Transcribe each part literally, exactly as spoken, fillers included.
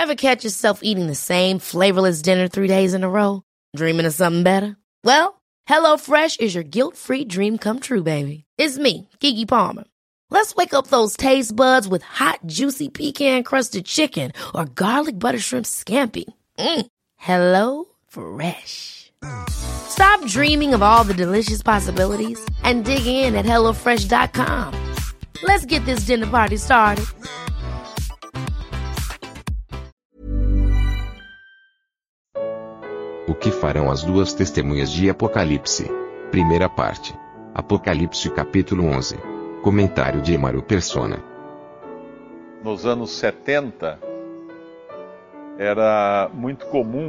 Ever catch yourself eating the same flavorless dinner three days in a row? Dreaming of something better? Well, HelloFresh is your guilt-free dream come true, baby. It's me, Keke Palmer. Let's wake up those taste buds with hot, juicy pecan-crusted chicken or garlic butter shrimp scampi. Mm. Hello Fresh. Stop dreaming of all the delicious possibilities and dig in at hello fresh dot com. Let's get this dinner party started. O que farão as duas testemunhas de Apocalipse? Primeira parte. Apocalipse capítulo onze. Comentário de Emaro Persona. Nos anos setenta, era muito comum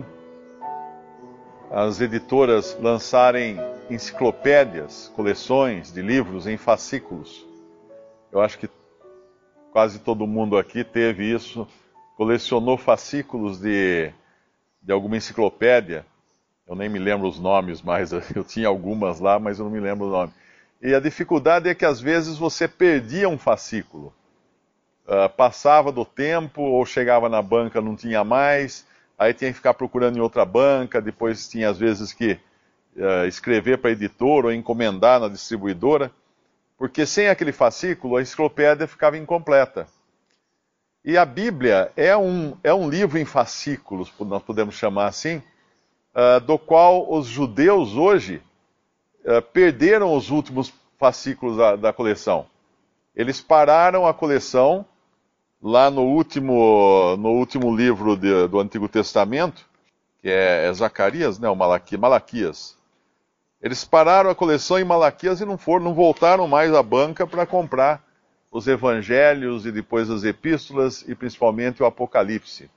as editoras lançarem enciclopédias, coleções de livros em fascículos. Eu acho que quase todo mundo aqui teve isso, colecionou fascículos de, de alguma enciclopédia. Eu nem me lembro os nomes, mas eu tinha algumas lá, mas eu não me lembro o nome. E a dificuldade é que às vezes você perdia um fascículo. Uh, passava do tempo, ou chegava na banca, não tinha mais, aí tinha que ficar procurando em outra banca, depois tinha às vezes que uh, escrever para a editora ou encomendar na distribuidora, porque sem aquele fascículo a enciclopédia ficava incompleta. E a Bíblia é um, é um livro em fascículos, nós podemos chamar assim, uh, do qual os judeus hoje uh, perderam os últimos fascículos da, da coleção. Eles pararam a coleção lá no último, no último livro de, do Antigo Testamento, que é, é Zacarias, né, o Malaquias, Malaquias. Eles pararam a coleção em Malaquias e não foram, não voltaram mais à banca para comprar os evangelhos e depois as epístolas e principalmente o Apocalipse.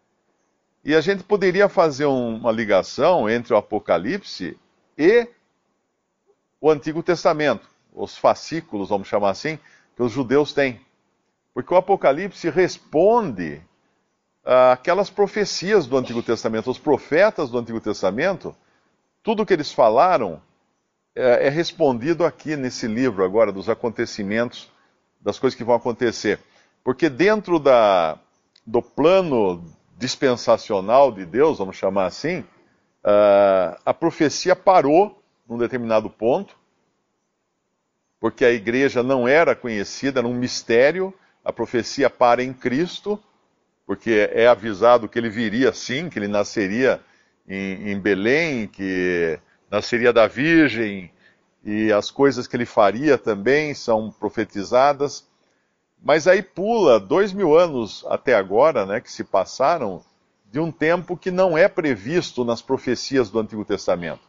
E a gente poderia fazer um, uma ligação entre o Apocalipse e o Antigo Testamento, os fascículos, vamos chamar assim, que os judeus têm. Porque o Apocalipse responde àquelas profecias do Antigo Testamento. Os profetas do Antigo Testamento, tudo que eles falaram é, é respondido aqui nesse livro agora, dos acontecimentos, das coisas que vão acontecer. Porque dentro da, do plano dispensacional de Deus, vamos chamar assim, uh, a profecia parou num determinado ponto, porque a igreja não era conhecida, era um mistério. A profecia para em Cristo, porque é avisado que ele viria sim, que ele nasceria em, em Belém, que nasceria da Virgem, e as coisas que ele faria também são profetizadas. Mas aí pula dois mil anos até agora, né, que se passaram, de um tempo que não é previsto nas profecias do Antigo Testamento.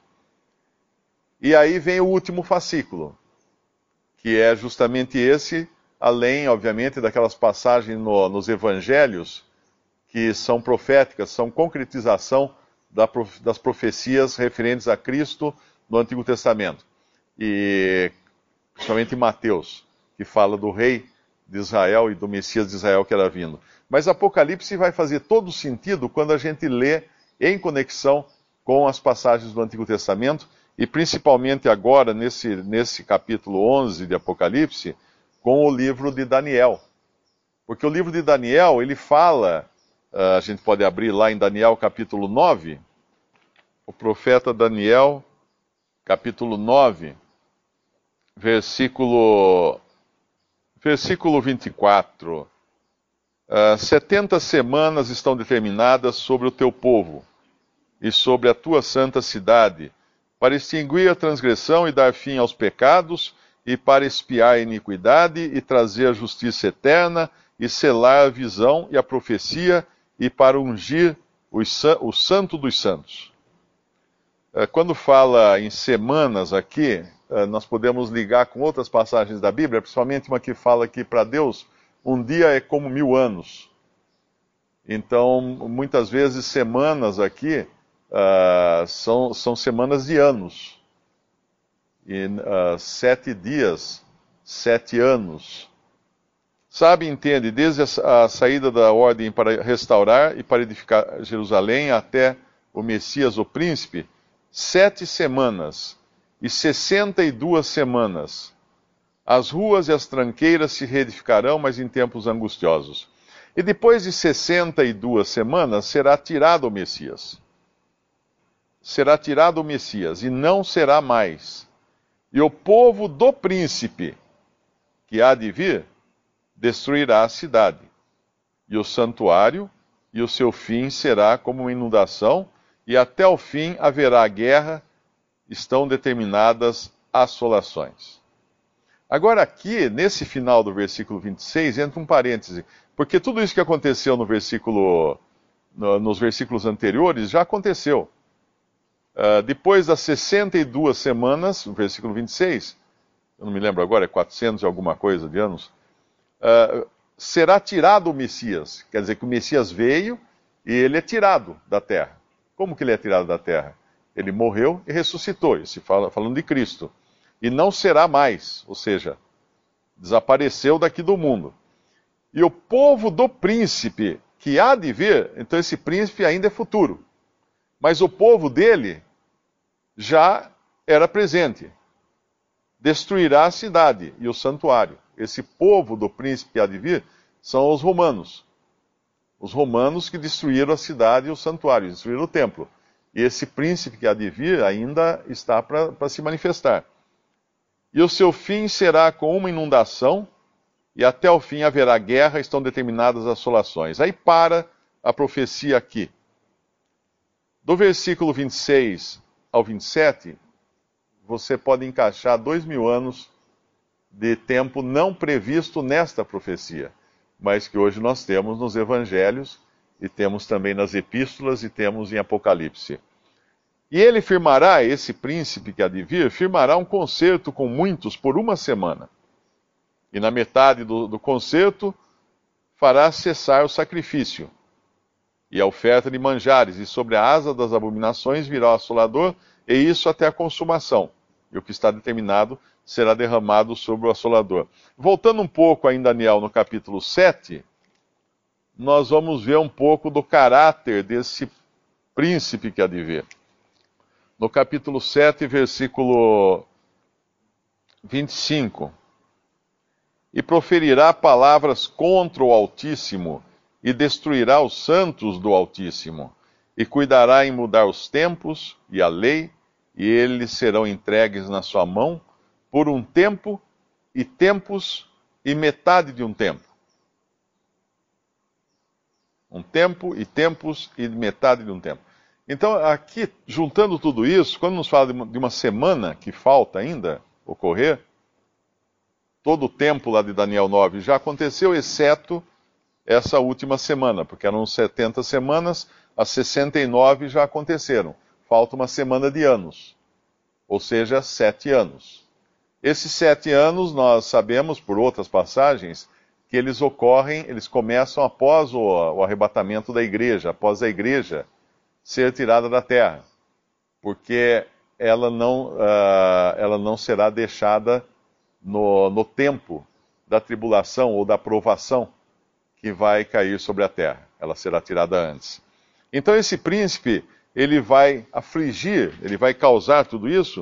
E aí vem o último fascículo, que é justamente esse, além, obviamente, daquelas passagens no, nos evangelhos, que são proféticas, são concretização da, das profecias referentes a Cristo no Antigo Testamento. E principalmente Mateus, que fala do rei de Israel e do Messias de Israel que era vindo. Mas Apocalipse vai fazer todo sentido quando a gente lê em conexão com as passagens do Antigo Testamento, e principalmente agora, nesse, nesse capítulo onze de Apocalipse, com o livro de Daniel. Porque o livro de Daniel, ele fala, uh, a gente pode abrir lá em Daniel capítulo nove, o profeta Daniel, capítulo nove, versículo, versículo vinte e quatro. Uh, setenta semanas estão determinadas sobre o teu povo e sobre a tua santa cidade, para extinguir a transgressão e dar fim aos pecados, e para expiar a iniquidade, e trazer a justiça eterna, e selar a visão e a profecia, e para ungir o santo dos santos. Quando fala em semanas aqui, nós podemos ligar com outras passagens da Bíblia, principalmente uma que fala que para Deus um dia é como mil anos. Então, muitas vezes semanas aqui uh, são, são semanas de anos. E uh, sete dias, sete anos. Sabe, entende, desde a, a saída da ordem para restaurar e para edificar Jerusalém até o Messias, o príncipe, sete semanas e sessenta e duas semanas. As ruas e as tranqueiras se reedificarão, mas em tempos angustiosos. E depois de sessenta e duas semanas será tirado o Messias. Será tirado o Messias, e não será mais. E o povo do príncipe, que há de vir, destruirá a cidade, e o santuário, e o seu fim será como uma inundação, e até o fim haverá guerra, estão determinadas assolações. Agora aqui, nesse final do versículo vinte e seis, entra um parêntese, porque tudo isso que aconteceu no versículo, no, nos versículos anteriores já aconteceu. Uh, depois das sessenta e duas semanas, no versículo vinte e seis, eu não me lembro agora, é quatrocentos e alguma coisa de anos, uh, será tirado o Messias. Quer dizer que o Messias veio e ele é tirado da terra. Como que ele é tirado da terra? Ele morreu e ressuscitou, isso fala, falando de Cristo. E não será mais, ou seja, desapareceu daqui do mundo. E o povo do príncipe que há de vir, então esse príncipe ainda é futuro. Mas o povo dele já era presente. Destruirá a cidade e o santuário. Esse povo do príncipe que há de vir são os romanos. Os romanos que destruíram a cidade e o santuário, destruíram o templo. E esse príncipe que há de vir ainda está para se manifestar. E o seu fim será com uma inundação, e até o fim haverá guerra, estão determinadas assolações. Aí para a profecia aqui. Do versículo vinte e seis ao vinte e sete, você pode encaixar dois mil anos de tempo não previsto nesta profecia, mas que hoje nós temos nos evangelhos, e temos também nas epístolas, e temos em Apocalipse. E ele firmará, esse príncipe que há de vir, firmará um concerto com muitos por uma semana. E na metade do, do concerto fará cessar o sacrifício e a oferta de manjares, e sobre a asa das abominações virá o assolador, e isso até a consumação. E o que está determinado será derramado sobre o assolador. Voltando um pouco ainda, Daniel, no capítulo sete, nós vamos ver um pouco do caráter desse príncipe que há de vir. No capítulo sete, versículo vinte e cinco. E proferirá palavras contra o Altíssimo, e destruirá os santos do Altíssimo, e cuidará em mudar os tempos e a lei, e eles serão entregues na sua mão por um tempo, e tempos, e metade de um tempo. Um tempo, e tempos, e metade de um tempo. Então, aqui, juntando tudo isso, quando nos fala de uma, de uma semana que falta ainda ocorrer, todo o tempo lá de Daniel nove já aconteceu, exceto essa última semana, porque eram setenta semanas, as sessenta e nove já aconteceram. Falta uma semana de anos, ou seja, sete anos. Esses sete anos, nós sabemos, por outras passagens, que eles ocorrem, eles começam após o, o arrebatamento da igreja, após a igreja ser tirada da terra, porque ela não, uh, ela não será deixada no, no tempo da tribulação ou da provação que vai cair sobre a terra. Ela será tirada antes. Então esse príncipe, ele vai afligir, ele vai causar tudo isso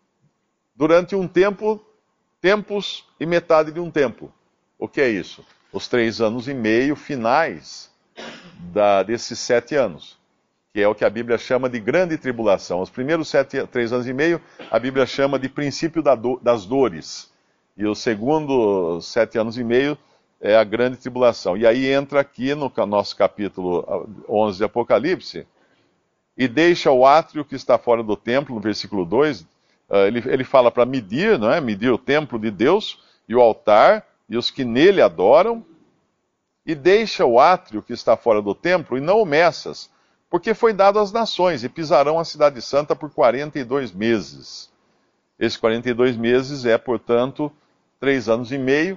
durante um tempo, tempos e metade de um tempo. O que é isso? Os três anos e meio finais da, desses sete anos, que é o que a Bíblia chama de grande tribulação. Os primeiros sete, três anos e meio, a Bíblia chama de princípio da do, das dores. E os segundos sete anos e meio é a grande tribulação. E aí entra aqui no nosso capítulo onze de Apocalipse, e deixa o átrio que está fora do templo, no versículo dois, ele, ele fala para medir, não é? Medir o templo de Deus, e o altar, e os que nele adoram, e deixa o átrio que está fora do templo, e não o meças, porque foi dado às nações, e pisarão a cidade santa por quarenta e dois meses. Esses quarenta e dois meses é, portanto, três anos e meio,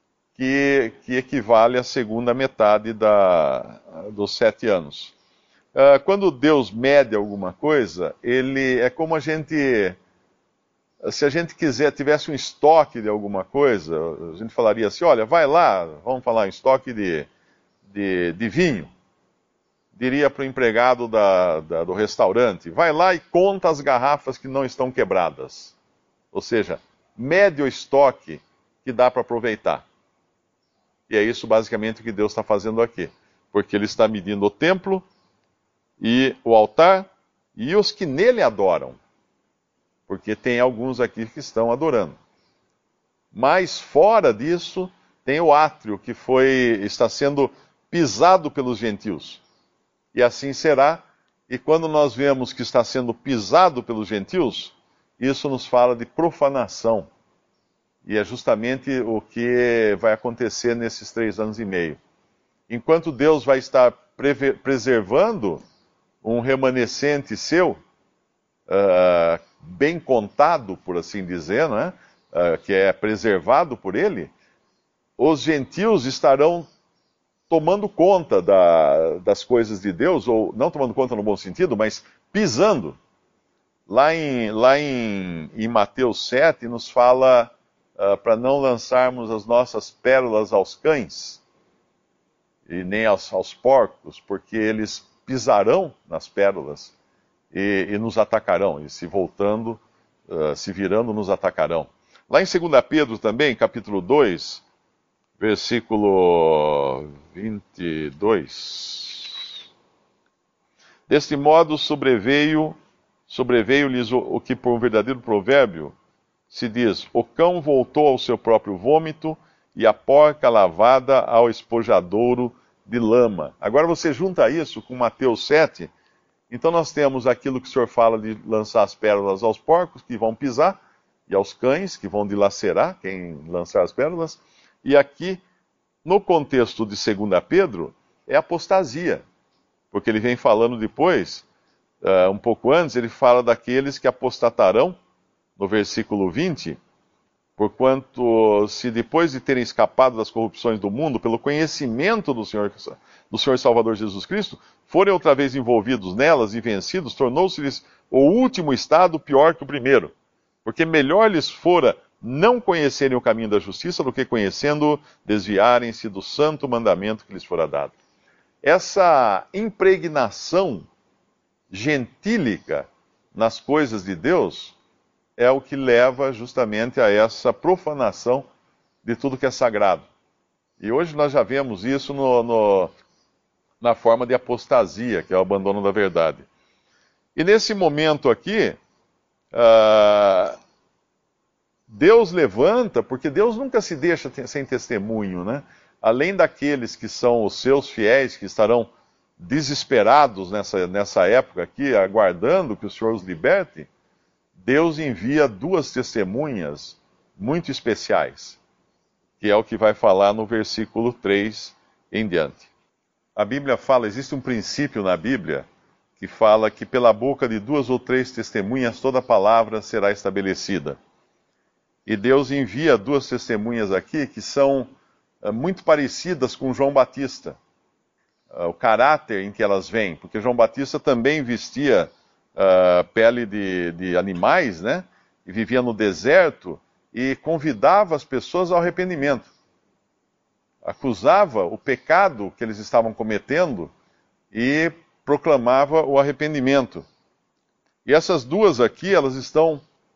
que, que equivale à segunda metade da, dos sete anos. Uh, quando Deus mede alguma coisa, ele é como a gente... Se a gente quiser, tivesse um estoque de alguma coisa, a gente falaria assim, olha, vai lá, vamos falar em estoque de, de, de vinho. Diria para o empregado da, da, do restaurante, vai lá e conta as garrafas que não estão quebradas. Ou seja, mede o estoque que dá para aproveitar. E é isso basicamente o que Deus está fazendo aqui. Porque Ele está medindo o templo e o altar e os que nele adoram. Porque tem alguns aqui que estão adorando. Mas fora disso, tem o átrio que foi, está sendo pisado pelos gentios. E assim será. E quando nós vemos que está sendo pisado pelos gentios, isso nos fala de profanação. E é justamente o que vai acontecer nesses três anos e meio. Enquanto Deus vai estar preservando um remanescente seu, uh, bem contado, por assim dizer, né? uh, que é preservado por Ele, os gentios estarão tomando conta da, das coisas de Deus, ou não tomando conta no bom sentido, mas pisando. Lá em, lá em, em Mateus sete nos fala uh, para não lançarmos as nossas pérolas aos cães, e nem aos, aos porcos, porque eles pisarão nas pérolas e, e nos atacarão, e se voltando, uh, se virando, nos atacarão. Lá em Segunda Pedro também, capítulo dois, versículo vinte e dois. Deste modo sobreveio, sobreveio-lhes o, o que por um verdadeiro provérbio se diz: o cão voltou ao seu próprio vômito e a porca lavada ao espojadouro de lama. Agora você junta isso com Mateus sete, então nós temos aquilo que o Senhor fala de lançar as pérolas aos porcos, que vão pisar, e aos cães, que vão dilacerar, quem lançar as pérolas. E aqui, no contexto de Segunda Pedro, é apostasia, porque ele vem falando depois, uh, um pouco antes, ele fala daqueles que apostatarão, no versículo vinte, porquanto se depois de terem escapado das corrupções do mundo, pelo conhecimento do Senhor, do Senhor Salvador Jesus Cristo, forem outra vez envolvidos nelas e vencidos, tornou-se-lhes o último estado pior que o primeiro. Porque melhor lhes fora não conhecerem o caminho da justiça do que conhecendo, desviarem-se do santo mandamento que lhes fora dado. Essa impregnação gentílica nas coisas de Deus é o que leva justamente a essa profanação de tudo que é sagrado. E hoje nós já vemos isso no, no, na forma de apostasia, que é o abandono da verdade. E nesse momento aqui, uh, Deus levanta, porque Deus nunca se deixa sem testemunho, né? Além daqueles que são os seus fiéis, que estarão desesperados nessa, nessa época aqui, aguardando que o Senhor os liberte, Deus envia duas testemunhas muito especiais, que é o que vai falar no versículo três em diante. A Bíblia fala, existe um princípio na Bíblia que fala que pela boca de duas ou três testemunhas toda palavra será estabelecida. E Deus envia duas testemunhas aqui que são uh, muito parecidas com João Batista. Uh, o caráter em que elas vêm, porque João Batista também vestia uh, pele de, de animais, né? E vivia no deserto e convidava as pessoas ao arrependimento. Acusava o pecado que eles estavam cometendo e proclamava o arrependimento. E essas duas aqui, elas estão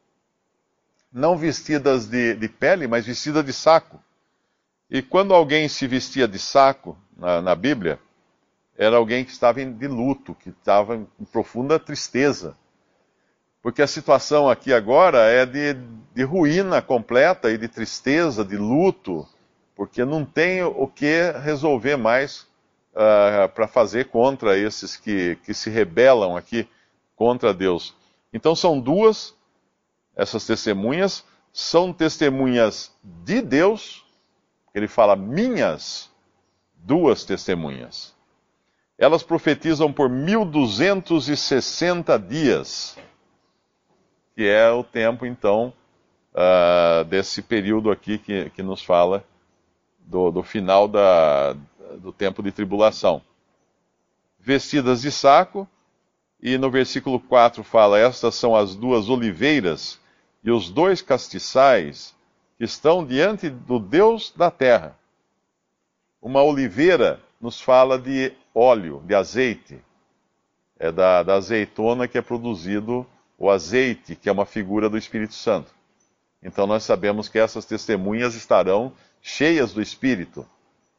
não vestidas de, de pele, mas vestidas de saco. E quando alguém se vestia de saco na, na Bíblia, era alguém que estava de luto, que estava em profunda tristeza. Porque a situação aqui agora é de, de ruína completa e de tristeza, de luto, porque não tem o que resolver mais uh, para fazer contra esses que, que se rebelam aqui contra Deus. Então são duas, essas testemunhas, são testemunhas de Deus, ele fala minhas duas testemunhas. Elas profetizam por mil duzentos e sessenta dias, que é o tempo, então, uh, desse período aqui que, que nos fala do, do final da, do tempo de tribulação. Vestidas de saco, e no versículo quatro fala, estas são as duas oliveiras e os dois castiçais que estão diante do Deus da terra. Uma oliveira nos fala de óleo, de azeite. É da, da azeitona que é produzido o azeite, que é uma figura do Espírito Santo. Então nós sabemos que essas testemunhas estarão cheias do Espírito.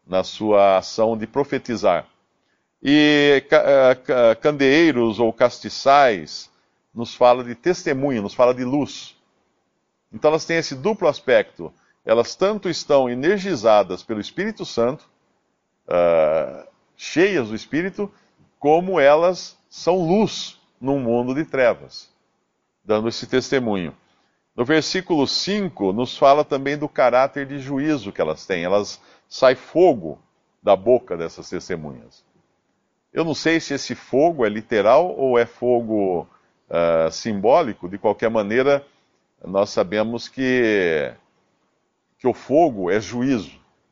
na sua ação de profetizar. E candeeiros ou castiçais nos fala de testemunho, nos fala de luz. Então elas têm esse duplo aspecto. Elas tanto estão energizadas pelo Espírito Santo, uh, cheias do Espírito, como elas são luz num mundo de trevas, dando esse testemunho. No versículo cinco, nos fala também do caráter de juízo que elas têm. Elas sai fogo da boca dessas testemunhas. Eu não sei se esse fogo é literal ou é fogo uh, simbólico. De qualquer maneira, nós sabemos que, que o fogo é juízo.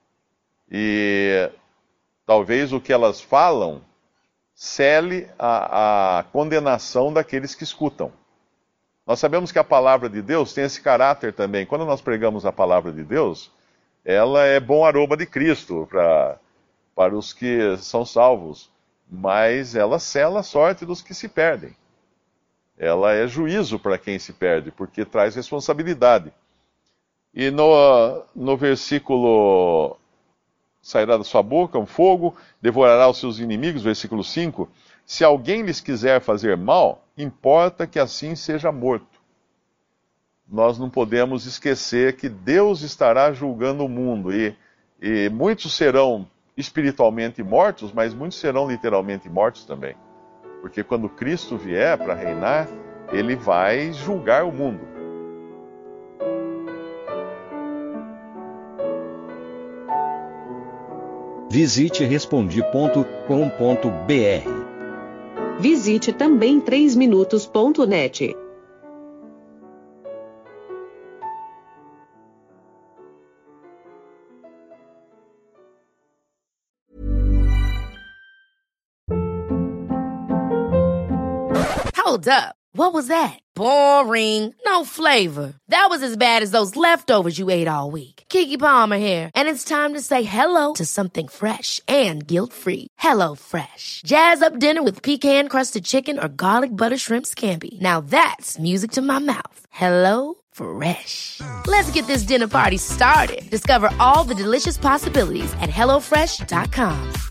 E talvez o que elas falam cele a, a condenação daqueles que escutam. Nós sabemos que a palavra de Deus tem esse caráter também. Quando nós pregamos a palavra de Deus, ela é bom aroma de Cristo pra, para os que são salvos, mas ela sela a sorte dos que se perdem. Ela é juízo para quem se perde, porque traz responsabilidade. E no, no versículo, sairá da sua boca um fogo, devorará os seus inimigos, versículo cinco, se alguém lhes quiser fazer mal, importa que assim seja morto. Nós não podemos esquecer que Deus estará julgando o mundo, e, e muitos serão espiritualmente mortos, mas muitos serão literalmente mortos também. Porque quando Cristo vier para reinar, ele vai julgar o mundo. Visite respondi ponto com ponto br. Visite também três minutos ponto net. Hold up. What was that? Boring. No flavor. That was as bad as those leftovers you ate all week. Keke Palmer here, and it's time to say hello to something fresh and guilt-free. Hello Fresh. Jazz up dinner with pecan-crusted chicken or garlic butter shrimp scampi. Now that's music to my mouth. Hello Fresh. Let's get this dinner party started. Discover all the delicious possibilities at hello fresh dot com.